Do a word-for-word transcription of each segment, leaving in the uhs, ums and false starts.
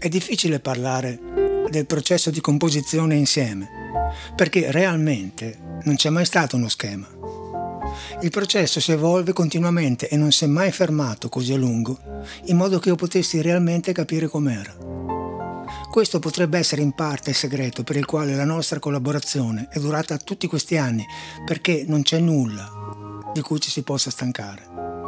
È difficile parlare del processo di composizione insieme, perché realmente non c'è mai stato uno schema. Il processo si evolve continuamente e non si è mai fermato così a lungo, in modo che io potessi realmente capire com'era. Questo potrebbe essere in parte il segreto per il quale la nostra collaborazione è durata tutti questi anni, perché non c'è nulla di cui ci si possa stancare.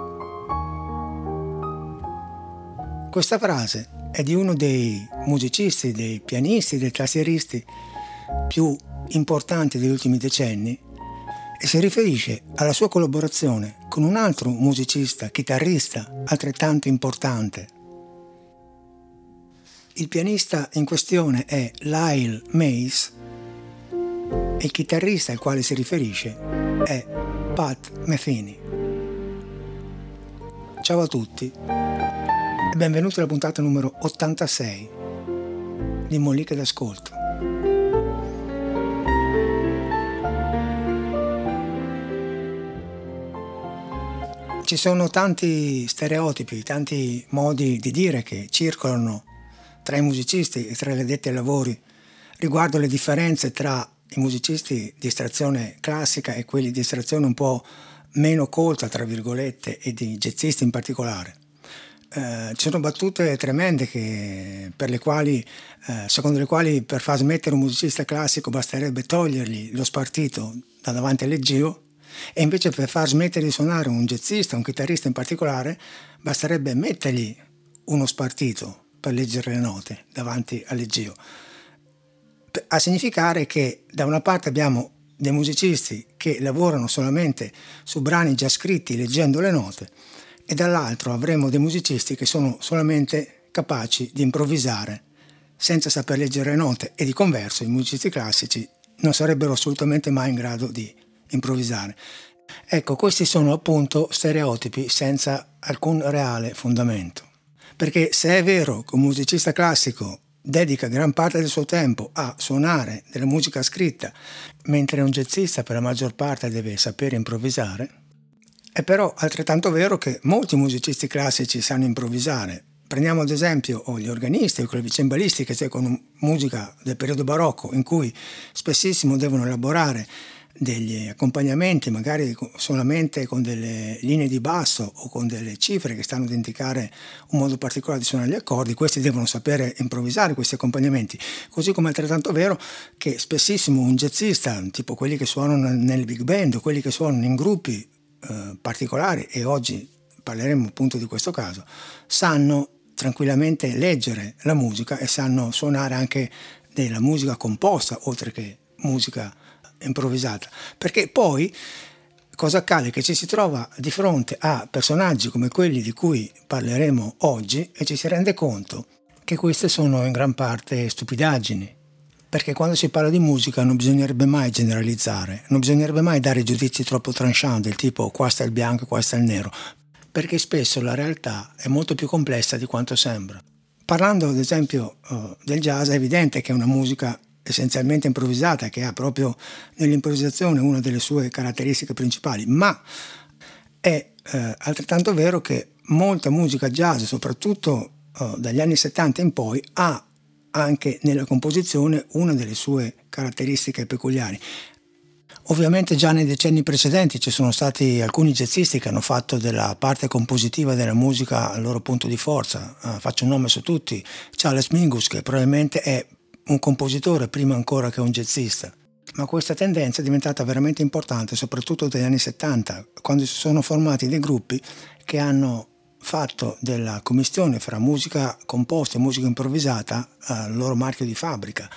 Questa frase è di uno dei musicisti, dei pianisti, dei tastieristi più importanti degli ultimi decenni e si riferisce alla sua collaborazione con un altro musicista, chitarrista altrettanto importante. Il pianista in questione è Lyle Mays e il chitarrista al quale si riferisce è Pat Metheny. Ciao a tutti e benvenuti alla puntata numero ottantasei di Moliche d'Ascolto. Ci sono tanti stereotipi, tanti modi di dire che circolano tra i musicisti e tra le addetti ai lavori riguardo le differenze tra i musicisti di estrazione classica e quelli di estrazione un po' meno colta, tra virgolette, e di jazzisti in particolare. Eh, ci sono battute tremende che, per le quali, eh, secondo le quali per far smettere un musicista classico basterebbe togliergli lo spartito da davanti al leggio, e invece per far smettere di suonare un jazzista, un chitarrista in particolare, basterebbe mettergli uno spartito per leggere le note davanti al leggio. A significare che da una parte abbiamo dei musicisti che lavorano solamente su brani già scritti leggendo le note e dall'altro avremo dei musicisti che sono solamente capaci di improvvisare senza saper leggere le note, e di converso i musicisti classici non sarebbero assolutamente mai in grado di improvvisare. Ecco, questi sono appunto stereotipi senza alcun reale fondamento. Perché se è vero che un musicista classico dedica gran parte del suo tempo a suonare della musica scritta, mentre un jazzista per la maggior parte deve sapere improvvisare, è però altrettanto vero che molti musicisti classici sanno improvvisare. Prendiamo ad esempio gli organisti o i clavicembalisti che seguono musica del periodo barocco, in cui spessissimo devono elaborare degli accompagnamenti magari solamente con delle linee di basso o con delle cifre che stanno ad indicare un modo particolare di suonare gli accordi. Questi devono sapere improvvisare questi accompagnamenti, così come è altrettanto vero che spessissimo un jazzista, tipo quelli che suonano nel big band o quelli che suonano in gruppi eh, particolari, e oggi parleremo appunto di questo caso, sanno tranquillamente leggere la musica e sanno suonare anche della musica composta oltre che musica improvvisata, perché poi cosa accade? Che ci si trova di fronte a personaggi come quelli di cui parleremo oggi e ci si rende conto che queste sono in gran parte stupidaggini, perché quando si parla di musica non bisognerebbe mai generalizzare, non bisognerebbe mai dare giudizi troppo tranchant del tipo qua sta il bianco e qua sta il nero, perché spesso la realtà è molto più complessa di quanto sembra. Parlando ad esempio uh, del jazz, è evidente che è una musica essenzialmente improvvisata, che ha proprio nell'improvvisazione una delle sue caratteristiche principali, ma è eh, altrettanto vero che molta musica jazz, soprattutto eh, dagli anni settanta in poi, ha anche nella composizione una delle sue caratteristiche peculiari. Ovviamente già nei decenni precedenti ci sono stati alcuni jazzisti che hanno fatto della parte compositiva della musica il loro punto di forza. Uh, faccio un nome su tutti: Charles Mingus, che probabilmente è un compositore prima ancora che un jazzista. Ma questa tendenza è diventata veramente importante soprattutto negli anni settanta, quando si sono formati dei gruppi che hanno fatto della commistione fra musica composta e musica improvvisata uh, il loro marchio di fabbrica.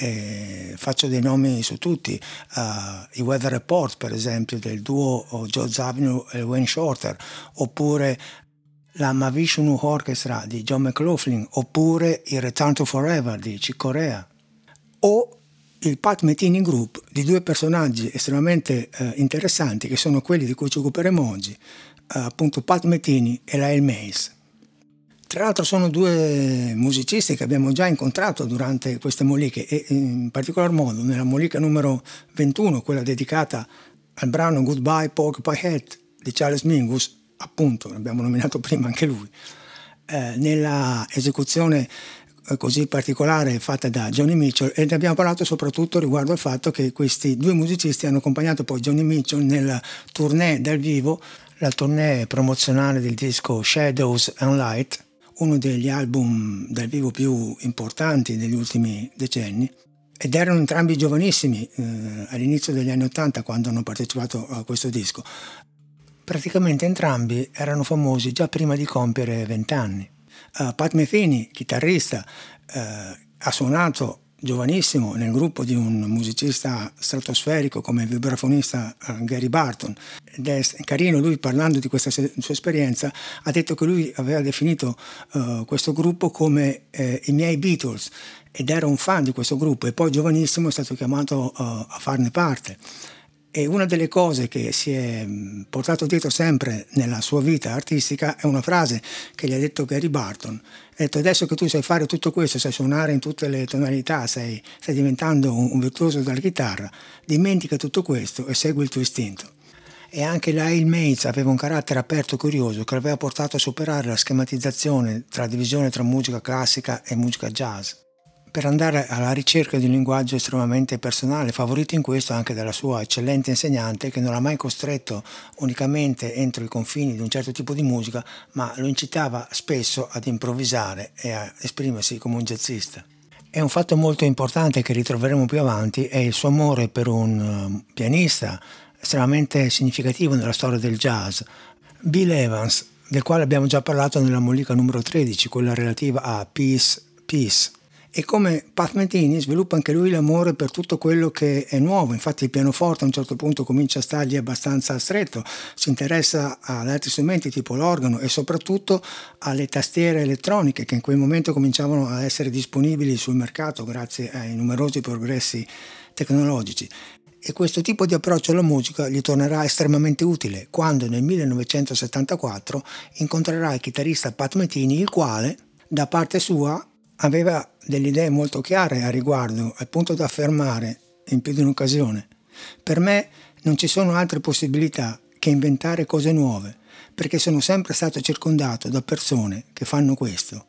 E faccio dei nomi su tutti: uh, i Weather Report, per esempio, del duo Joe Zawinul e Wayne Shorter, oppure la Mahavishnu Orchestra di John McLaughlin, oppure il Return to Forever di Chick Corea, o il Pat Metheny Group di due personaggi estremamente eh, interessanti, che sono quelli di cui ci occuperemo oggi, eh, appunto Pat Metheny e Lyle Mays. Tra l'altro sono due musicisti che abbiamo già incontrato durante queste moliche, e in particolar modo nella molica numero ventuno, quella dedicata al brano Goodbye Porcupine Head di Charles Mingus, appunto, l'abbiamo nominato prima anche lui, eh, nella esecuzione così particolare fatta da Joni Mitchell, e ne abbiamo parlato soprattutto riguardo al fatto che questi due musicisti hanno accompagnato poi Joni Mitchell nella tournée dal vivo, la tournée promozionale del disco Shadows and Light, uno degli album dal vivo più importanti degli ultimi decenni, ed erano entrambi giovanissimi eh, all'inizio degli anni Ottanta quando hanno partecipato a questo disco. Praticamente entrambi erano famosi già prima di compiere vent'anni. Uh, Pat Metheny, chitarrista, uh, ha suonato giovanissimo nel gruppo di un musicista stratosferico come il vibrafonista uh, Gary Barton, ed è carino. Lui, parlando di questa se- sua esperienza, ha detto che lui aveva definito uh, questo gruppo come uh, i miei Beatles, ed era un fan di questo gruppo, e poi giovanissimo è stato chiamato uh, a farne parte. E una delle cose che si è portato dietro sempre nella sua vita artistica è una frase che gli ha detto Gary Barton. Ha detto: adesso che tu sai fare tutto questo, sai suonare in tutte le tonalità, sei, stai diventando un, un virtuoso della chitarra, dimentica tutto questo e segui il tuo istinto. E anche Lyle Mays aveva un carattere aperto e curioso che l'aveva portato a superare la schematizzazione tra divisione tra musica classica e musica jazz, per andare alla ricerca di un linguaggio estremamente personale, favorito in questo anche dalla sua eccellente insegnante, che non l'ha mai costretto unicamente entro i confini di un certo tipo di musica, ma lo incitava spesso ad improvvisare e a esprimersi come un jazzista. E un fatto molto importante che ritroveremo più avanti è il suo amore per un pianista estremamente significativo nella storia del jazz, Bill Evans, del quale abbiamo già parlato nella mollica numero tredici, quella relativa a Peace, Peace. E come Pat Metheny sviluppa anche lui l'amore per tutto quello che è nuovo. Infatti il pianoforte a un certo punto comincia a stargli abbastanza stretto, si interessa ad altri strumenti tipo l'organo e soprattutto alle tastiere elettroniche, che in quel momento cominciavano a essere disponibili sul mercato grazie ai numerosi progressi tecnologici. E questo tipo di approccio alla musica gli tornerà estremamente utile quando nel millenovecentosettantaquattro incontrerà il chitarrista Pat Metheny, il quale da parte sua aveva delle idee molto chiare a riguardo, al punto da affermare in più di un'occasione: per me non ci sono altre possibilità che inventare cose nuove, perché sono sempre stato circondato da persone che fanno questo.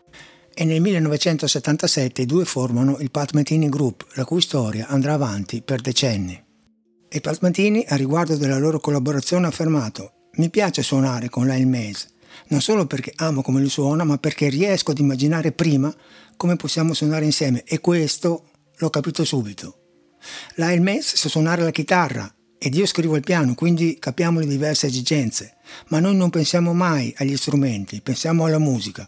E nel millenovecentosettantasette i due formano il Pat Metheny Group, la cui storia andrà avanti per decenni. E Pat Metheny, a riguardo della loro collaborazione, ha affermato: mi piace suonare con Lyle Mays, non solo perché amo come lui suona, ma perché riesco ad immaginare prima come possiamo suonare insieme, e questo l'ho capito subito. Lyle Mays sa suonare la chitarra ed io scrivo il piano, quindi capiamo le diverse esigenze, ma noi non pensiamo mai agli strumenti, pensiamo alla musica.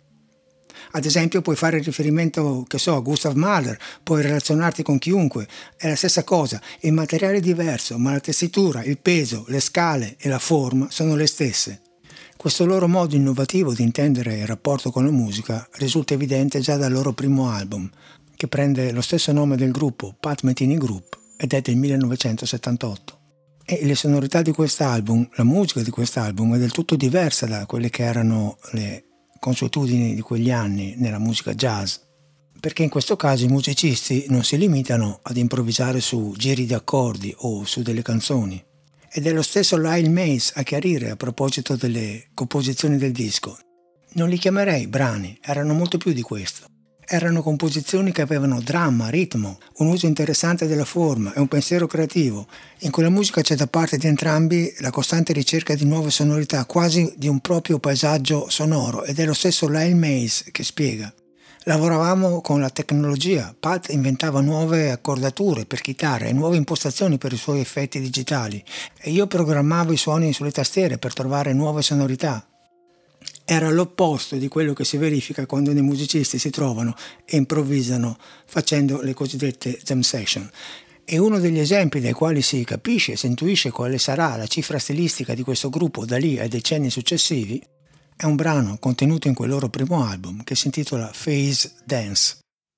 Ad esempio puoi fare riferimento, che so, a Gustav Mahler, puoi relazionarti con chiunque, è la stessa cosa, il materiale è diverso, ma la tessitura, il peso, le scale e la forma sono le stesse. Questo loro modo innovativo di intendere il rapporto con la musica risulta evidente già dal loro primo album, che prende lo stesso nome del gruppo, Pat Metheny Group, ed è del millenovecentosettantotto. E le sonorità di quest'album, la musica di quest'album è del tutto diversa da quelle che erano le consuetudini di quegli anni nella musica jazz, perché in questo caso i musicisti non si limitano ad improvvisare su giri di accordi o su delle canzoni. Ed è lo stesso Lyle Mays a chiarire a proposito delle composizioni del disco: non li chiamerei brani, erano molto più di questo. Erano composizioni che avevano dramma, ritmo, un uso interessante della forma e un pensiero creativo. In quella musica c'è da parte di entrambi la costante ricerca di nuove sonorità, quasi di un proprio paesaggio sonoro, ed è lo stesso Lyle Mays che spiega: lavoravamo con la tecnologia, Pat inventava nuove accordature per chitarra e nuove impostazioni per i suoi effetti digitali, e io programmavo i suoni sulle tastiere per trovare nuove sonorità. Era l'opposto di quello che si verifica quando dei musicisti si trovano e improvvisano facendo le cosiddette jam session. E uno degli esempi dai quali si capisce e si intuisce quale sarà la cifra stilistica di questo gruppo da lì ai decenni successivi è un brano contenuto in quel loro primo album che si intitola Phase Dance.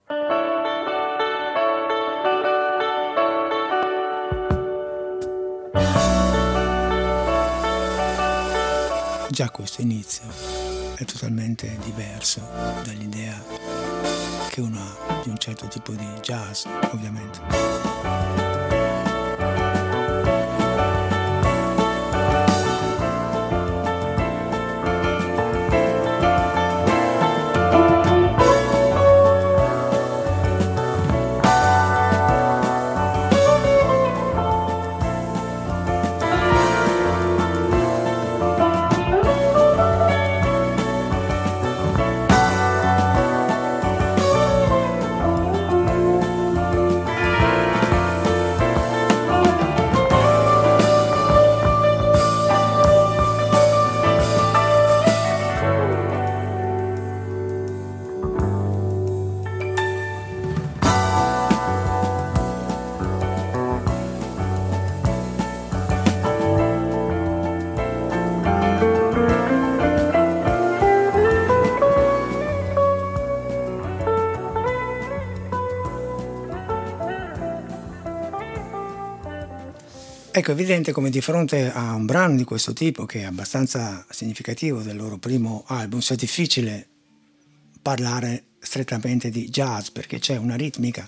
Già questo inizio è totalmente diverso dall'idea che uno ha di un certo tipo di jazz, ovviamente. Ecco, è evidente come di fronte a un brano di questo tipo, che è abbastanza significativo del loro primo album, sia difficile parlare strettamente di jazz, perché c'è una ritmica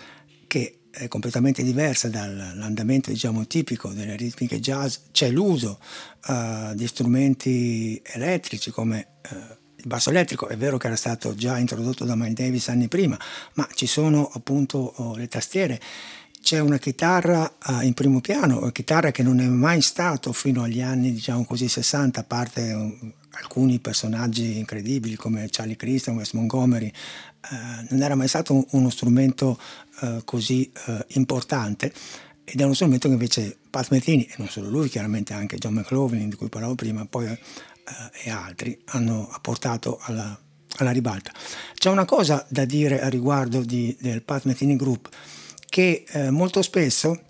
che è completamente diversa dall'andamento, diciamo, tipico delle ritmiche jazz. C'è l'uso uh, di strumenti elettrici come uh, il basso elettrico. È vero che era stato già introdotto da Miles Davis anni prima, ma ci sono appunto oh, le tastiere. C'è una chitarra uh, in primo piano, una chitarra che non è mai stato fino agli anni, diciamo così, sessanta, a parte um, alcuni personaggi incredibili come Charlie Christian, Wes Montgomery, uh, non era mai stato un, uno strumento uh, così uh, importante, ed è uno strumento che invece Pat Metheny, e non solo lui, chiaramente anche John McLaughlin, di cui parlavo prima, poi uh, e altri, hanno portato alla, alla ribalta. C'è una cosa da dire a riguardo di, del Pat Metheny Group, che eh, molto spesso,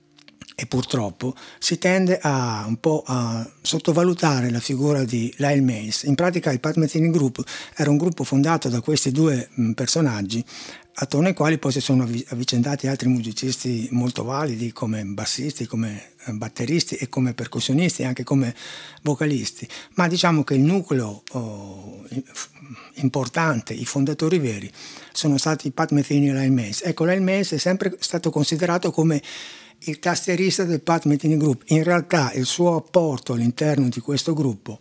e purtroppo, si tende a un po' a sottovalutare la figura di Lyle Mays. In pratica il Pat Metheny Group era un gruppo fondato da questi due mh, personaggi, attorno ai quali poi si sono avvicendati altri musicisti molto validi, come bassisti, come batteristi e come percussionisti, anche come vocalisti. Ma diciamo che il nucleo oh, importante, i fondatori veri, sono stati Pat Metheny e Lyle Mays. Ecco, Lyle Mays è sempre stato considerato come il tastierista del Pat Metheny Group. In realtà il suo apporto all'interno di questo gruppo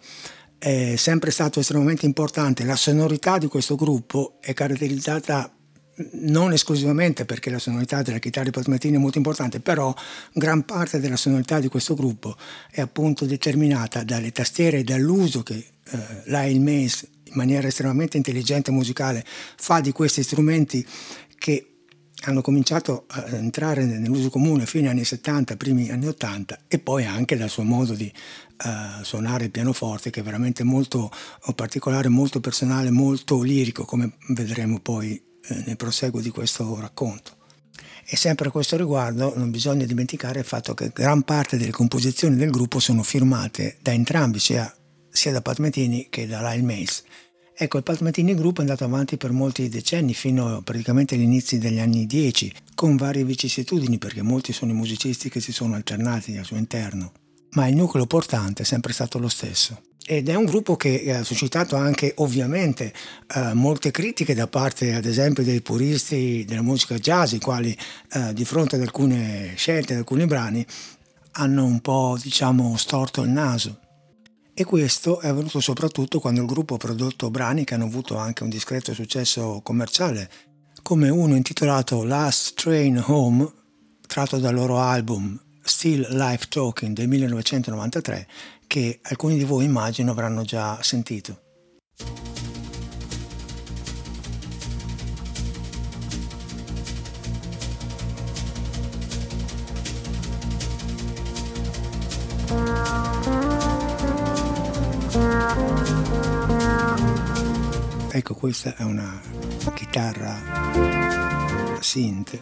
è sempre stato estremamente importante. La sonorità di questo gruppo è caratterizzata non esclusivamente perché la sonorità della chitarra di Pat Metheny è molto importante, però gran parte della sonorità di questo gruppo è appunto determinata dalle tastiere e dall'uso che eh, Lyle Mays, in maniera estremamente intelligente e musicale, fa di questi strumenti che hanno cominciato a entrare nell'uso comune fine anni settanta, primi anni ottanta, e poi anche dal suo modo di uh, suonare il pianoforte, che è veramente molto particolare, molto personale, molto lirico, come vedremo poi eh, nel proseguo di questo racconto. E sempre a questo riguardo non bisogna dimenticare il fatto che gran parte delle composizioni del gruppo sono firmate da entrambi, sia, sia da Pat Metheny che da Lyle Mays. Ecco, il Pat Metheny Group è andato avanti per molti decenni, fino praticamente agli inizi degli anni dieci, con varie vicissitudini, perché molti sono i musicisti che si sono alternati al suo interno, ma il nucleo portante è sempre stato lo stesso. Ed è un gruppo che ha suscitato anche ovviamente eh, molte critiche da parte, ad esempio, dei puristi della musica jazz, i quali eh, di fronte ad alcune scelte, ad alcuni brani, hanno un po', diciamo, storto il naso. E questo è avvenuto soprattutto quando il gruppo ha prodotto brani che hanno avuto anche un discreto successo commerciale, come uno intitolato Last Train Home, tratto dal loro album Still Life Talking del millenovecentonovantatré, che alcuni di voi immagino avranno già sentito. Ecco, questa è una chitarra synth,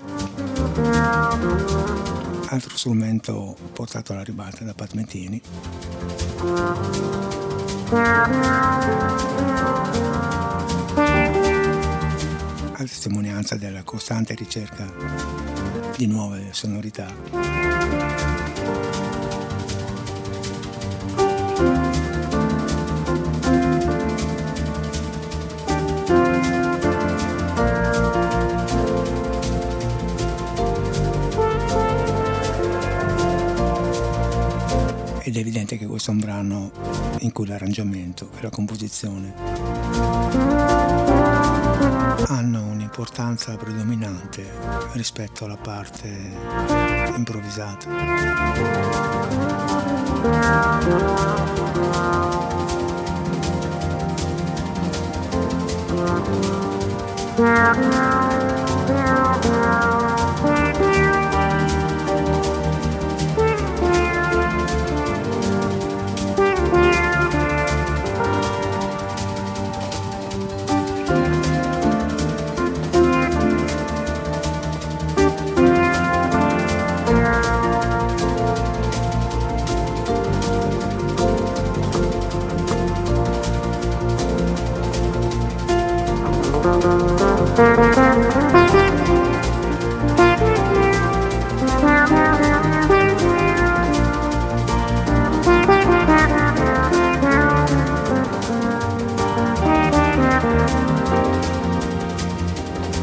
altro strumento portato alla ribalta da Pat Metheny. A testimonianza della costante ricerca di nuove sonorità. Ed è evidente che questo è un brano in cui l'arrangiamento e la composizione hanno un'importanza predominante rispetto alla parte improvvisata.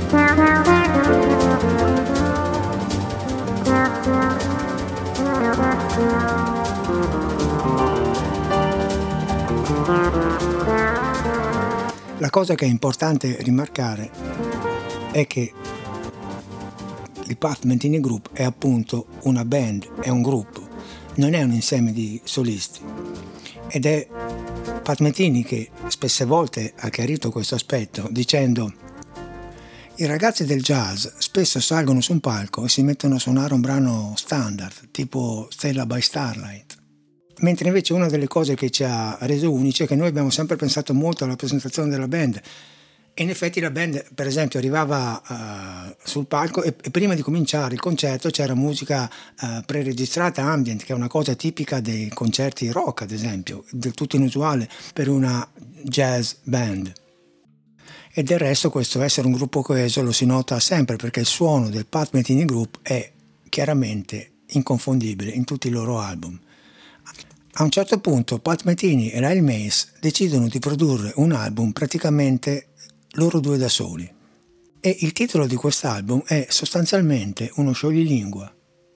La cosa che è importante rimarcare è che il Pat Metheny Group è appunto una band, è un gruppo, non è un insieme di solisti. Ed è Pat Metheny che spesse volte ha chiarito questo aspetto dicendo: i ragazzi del jazz spesso salgono su un palco e si mettono a suonare un brano standard, tipo Stella by Starlight. Mentre invece una delle cose che ci ha reso unici è che noi abbiamo sempre pensato molto alla presentazione della band. E in effetti la band, per esempio, arrivava uh, sul palco e, e prima di cominciare il concerto c'era musica uh, preregistrata ambient, che è una cosa tipica dei concerti rock, ad esempio, del tutto inusuale per una jazz band. E del resto questo essere un gruppo coeso lo si nota sempre, perché il suono del Pat Metheny Group è chiaramente inconfondibile in tutti i loro album. A un certo punto Pat Metheny e Lyle Mays decidono di produrre un album praticamente loro due da soli, e il titolo di quest'album è sostanzialmente uno scioglilingua: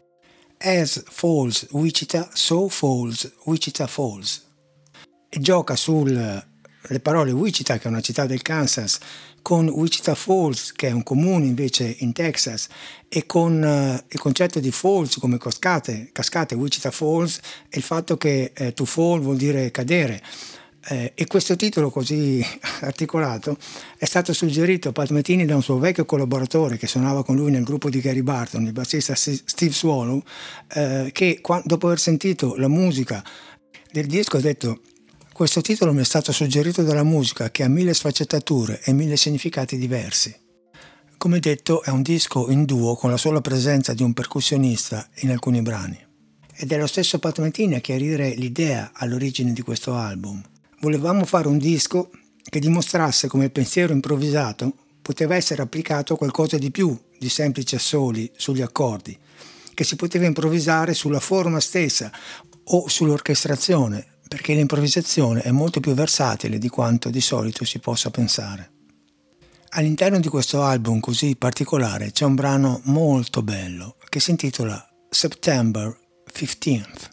As Falls Wichita, So Falls Wichita Falls, e gioca sulle parole Wichita, che è una città del Kansas, con Wichita Falls, che è un comune invece in Texas, e con uh, il concetto di falls come cascate, cascate Wichita Falls, e il fatto che eh, to fall vuol dire cadere. Eh, e questo titolo così articolato è stato suggerito a Pat Metheny da un suo vecchio collaboratore che suonava con lui nel gruppo di Gary Barton, il bassista Steve Swallow, eh, che quando, dopo aver sentito la musica del disco ha detto: questo titolo mi è stato suggerito dalla musica, che ha mille sfaccettature e mille significati diversi. Come detto, è un disco in duo con la sola presenza di un percussionista in alcuni brani. Ed è lo stesso Pat Metheny a chiarire l'idea all'origine di questo album. Volevamo fare un disco che dimostrasse come il pensiero improvvisato poteva essere applicato a qualcosa di più di semplici assoli sugli accordi, che si poteva improvvisare sulla forma stessa o sull'orchestrazione, perché l'improvvisazione è molto più versatile di quanto di solito si possa pensare. All'interno di questo album così particolare c'è un brano molto bello che si intitola September fifteenth.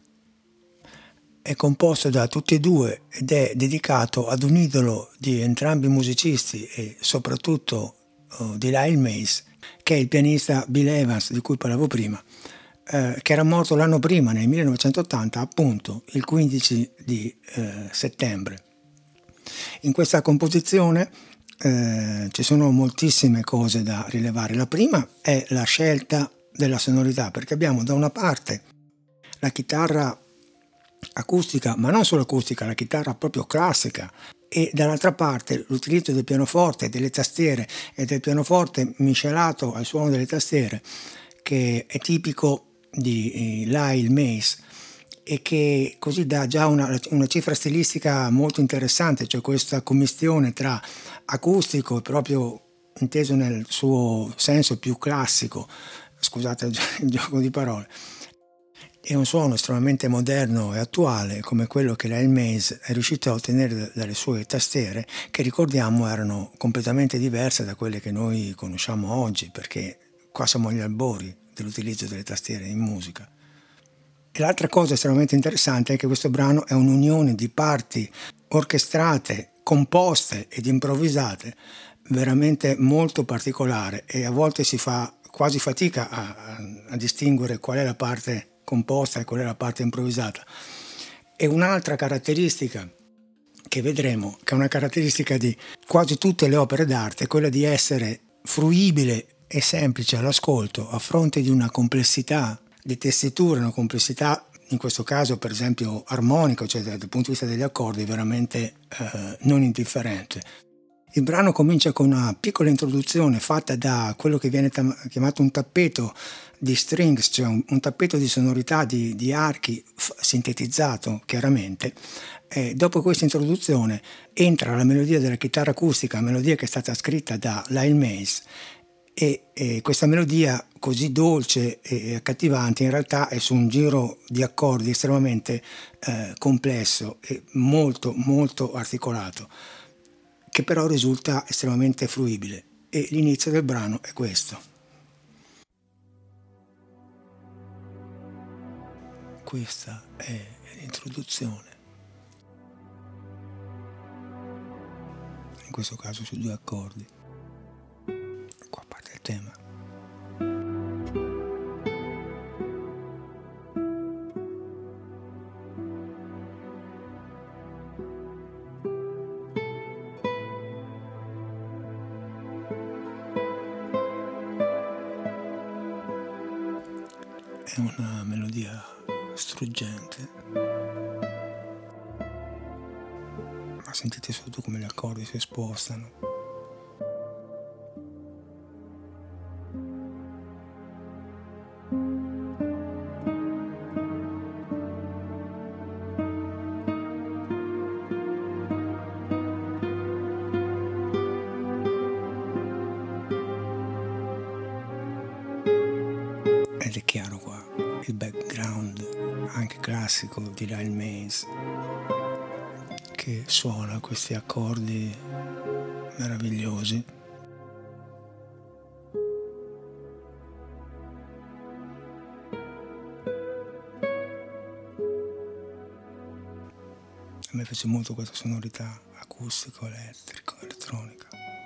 È composto da tutti e due ed è dedicato ad un idolo di entrambi i musicisti e soprattutto uh, di Lyle Mays, che è il pianista Bill Evans di cui parlavo prima, eh, che era morto l'anno prima, nel millenovecentottanta, appunto il quindici di eh, settembre. In questa composizione eh, ci sono moltissime cose da rilevare. La prima è la scelta della sonorità, perché abbiamo da una parte la chitarra acustica, ma non solo acustica, la chitarra proprio classica, e dall'altra parte l'utilizzo del pianoforte, delle tastiere e del pianoforte miscelato al suono delle tastiere, che è tipico di Lyle Mays e che così dà già una, una cifra stilistica molto interessante, cioè questa commistione tra acustico, proprio inteso nel suo senso più classico, scusate il gioco di parole, e un suono estremamente moderno e attuale come quello che Lyle Mays è riuscito a ottenere dalle sue tastiere, che ricordiamo erano completamente diverse da quelle che noi conosciamo oggi, perché qua siamo agli albori dell'utilizzo delle tastiere in musica. E l'altra cosa estremamente interessante è che questo brano è un'unione di parti orchestrate, composte ed improvvisate veramente molto particolare, e a volte si fa quasi fatica a, a, a distinguere qual è la parte composta e qual è la parte improvvisata. E un'altra caratteristica che vedremo, che è una caratteristica di quasi tutte le opere d'arte, è quella di essere fruibile e semplice all'ascolto a fronte di una complessità di tessiture, una complessità in questo caso per esempio armonica, cioè dal punto di vista degli accordi veramente eh, non indifferente. Il brano comincia con una piccola introduzione fatta da quello che viene tam- chiamato un tappeto di strings, cioè un, un tappeto di sonorità di, di archi f- sintetizzato chiaramente. E dopo questa introduzione entra la melodia della chitarra acustica, melodia che è stata scritta da Lyle Mays, e, e questa melodia così dolce e accattivante in realtà è su un giro di accordi estremamente eh, complesso e molto molto articolato, che però risulta estremamente fruibile. e l'inizio del brano è questo. Questa è l'introduzione, in questo caso su due accordi. Qua parte il tema. È una melodia struggente, ma sentite sotto come gli accordi si spostano. Ed è chiaro qua il background anche classico di Lyle Mays, che suona questi accordi meravigliosi. A me piace molto questa sonorità acustico-elettrico, elettronica.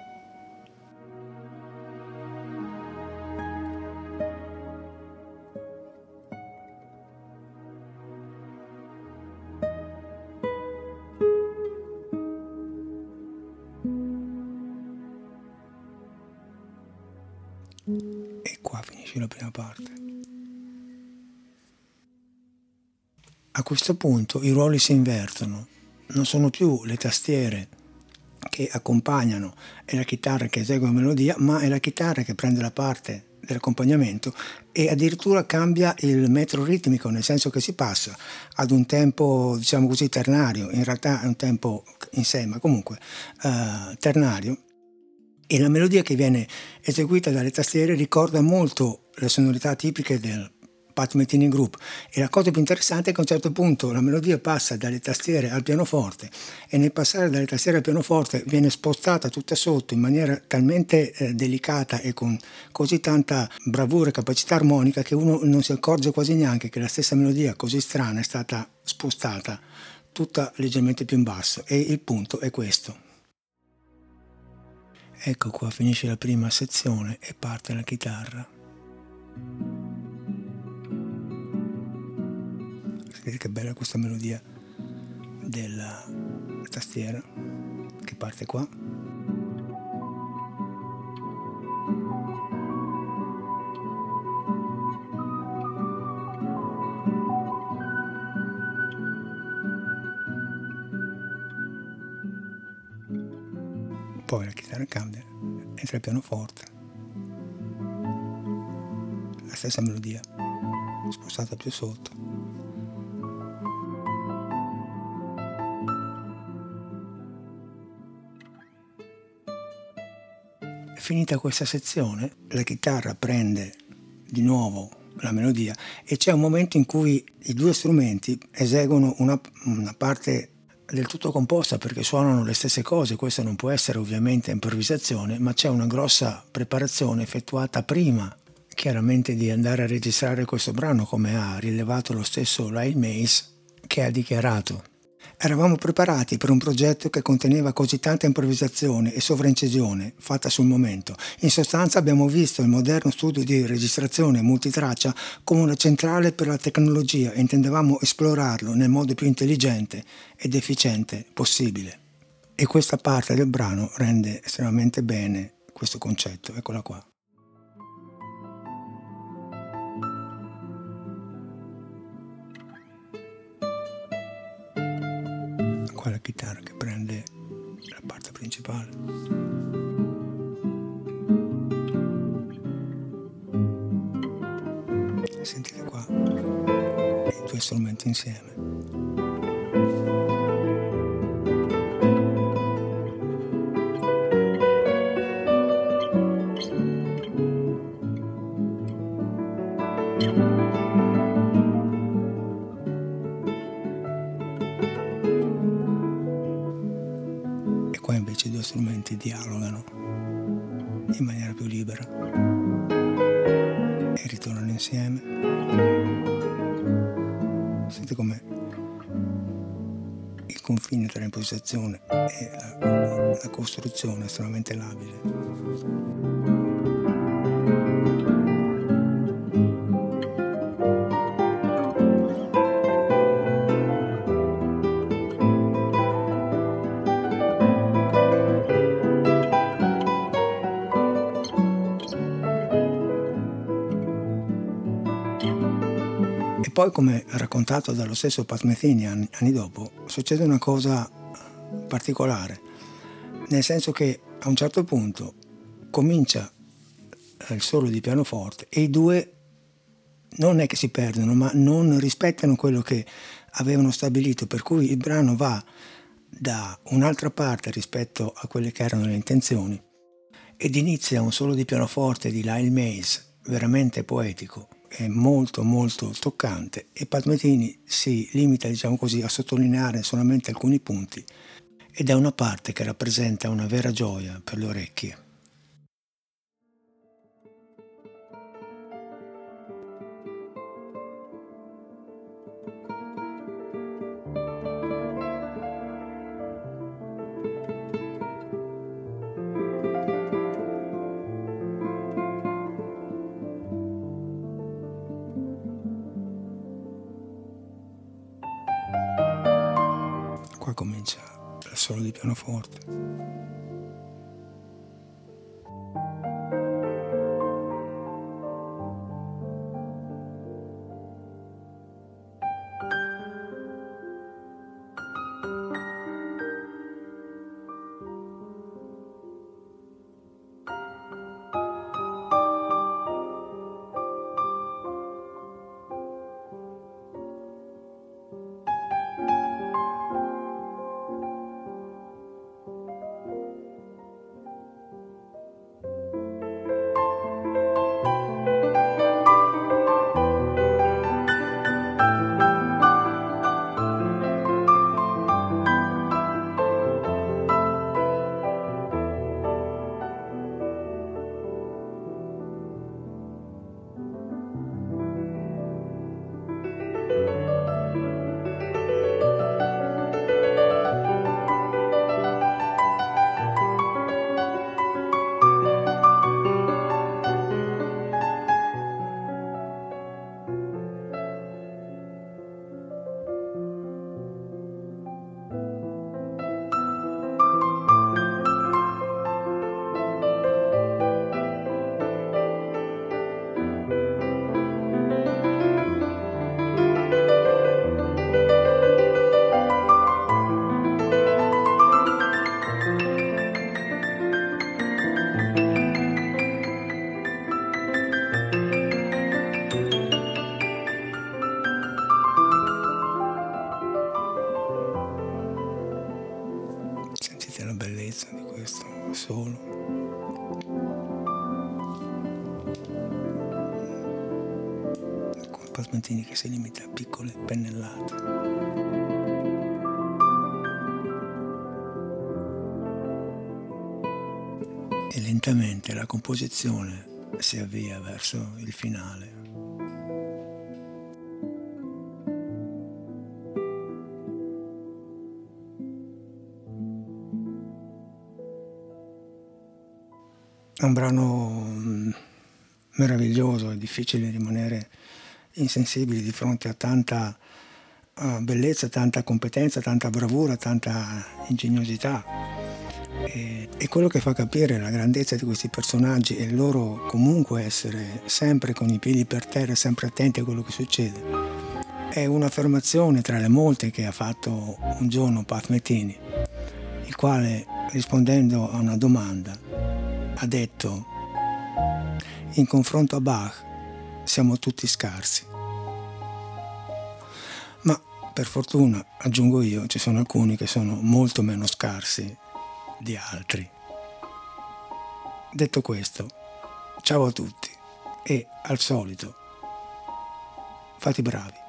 E qua finisce la prima parte. A questo punto i ruoli si invertono, non sono più le tastiere che accompagnano e la chitarra che esegue la melodia, ma è la chitarra che prende la parte dell'accompagnamento e addirittura cambia il metro ritmico, nel senso che si passa ad un tempo, diciamo così, ternario, in realtà è un tempo in sé, ma comunque eh, ternario. E la melodia che viene eseguita dalle tastiere ricorda molto le sonorità tipiche del Pat Metheny Group, e la cosa più interessante è che a un certo punto la melodia passa dalle tastiere al pianoforte e nel passare dalle tastiere al pianoforte viene spostata tutta sotto in maniera talmente eh, delicata e con così tanta bravura e capacità armonica che uno non si accorge quasi neanche che la stessa melodia così strana è stata spostata tutta leggermente più in basso, e il punto è questo. Ecco qua finisce la prima sezione e parte la chitarra. Vedete che bella questa melodia della tastiera che parte qua. Poi la chitarra cambia, entra il pianoforte, la stessa melodia spostata più sotto. Finita questa sezione, la chitarra prende di nuovo la melodia e c'è un momento in cui i due strumenti eseguono una, una parte del tutto composta, perché suonano le stesse cose. Questo non può essere ovviamente improvvisazione, ma c'è una grossa preparazione effettuata prima chiaramente di andare a registrare questo brano, come ha rilevato lo stesso Lyle Mays, che ha dichiarato: eravamo preparati per un progetto che conteneva così tanta improvvisazione e sovraincisione fatta sul momento. In sostanza abbiamo visto il moderno studio di registrazione multitraccia come una centrale per la tecnologia e intendevamo esplorarlo nel modo più intelligente ed efficiente possibile. E questa parte del brano rende estremamente bene questo concetto. Eccola qua. Qua la chitarra che prende la parte principale. Sentite qua i due strumenti insieme. Qua invece i due strumenti dialogano in maniera più libera e ritornano insieme. Sentite come il confine tra l'improvvisazione e la, la costruzione è estremamente labile. E poi, come raccontato dallo stesso Pat Metheny anni, anni dopo, succede una cosa particolare, nel senso che a un certo punto comincia il solo di pianoforte e i due non è che si perdono, ma non rispettano quello che avevano stabilito, per cui il brano va da un'altra parte rispetto a quelle che erano le intenzioni ed inizia un solo di pianoforte di Lyle Mays veramente poetico e molto molto toccante, e Pat Metheny si limita, diciamo così, a sottolineare solamente alcuni punti, ed è una parte che rappresenta una vera gioia per le orecchie. Qua comincia il solo di pianoforte. Sentite la bellezza di questo solo. Con Pat Metheny che si limita a piccole pennellate. E lentamente la composizione si avvia verso il finale. È un brano meraviglioso, è difficile rimanere insensibili di fronte a tanta uh, bellezza, tanta competenza, tanta bravura, tanta ingegnosità. E, e quello che fa capire la grandezza di questi personaggi è il loro comunque essere sempre con i piedi per terra, sempre attenti a quello che succede. È un'affermazione tra le molte che ha fatto un giorno Pat Metheny, il quale, rispondendo a una domanda, ha detto: in confronto a Bach siamo tutti scarsi. Ma per fortuna, aggiungo io, ci sono alcuni che sono molto meno scarsi di altri. Detto questo, ciao a tutti e al solito, fate i bravi.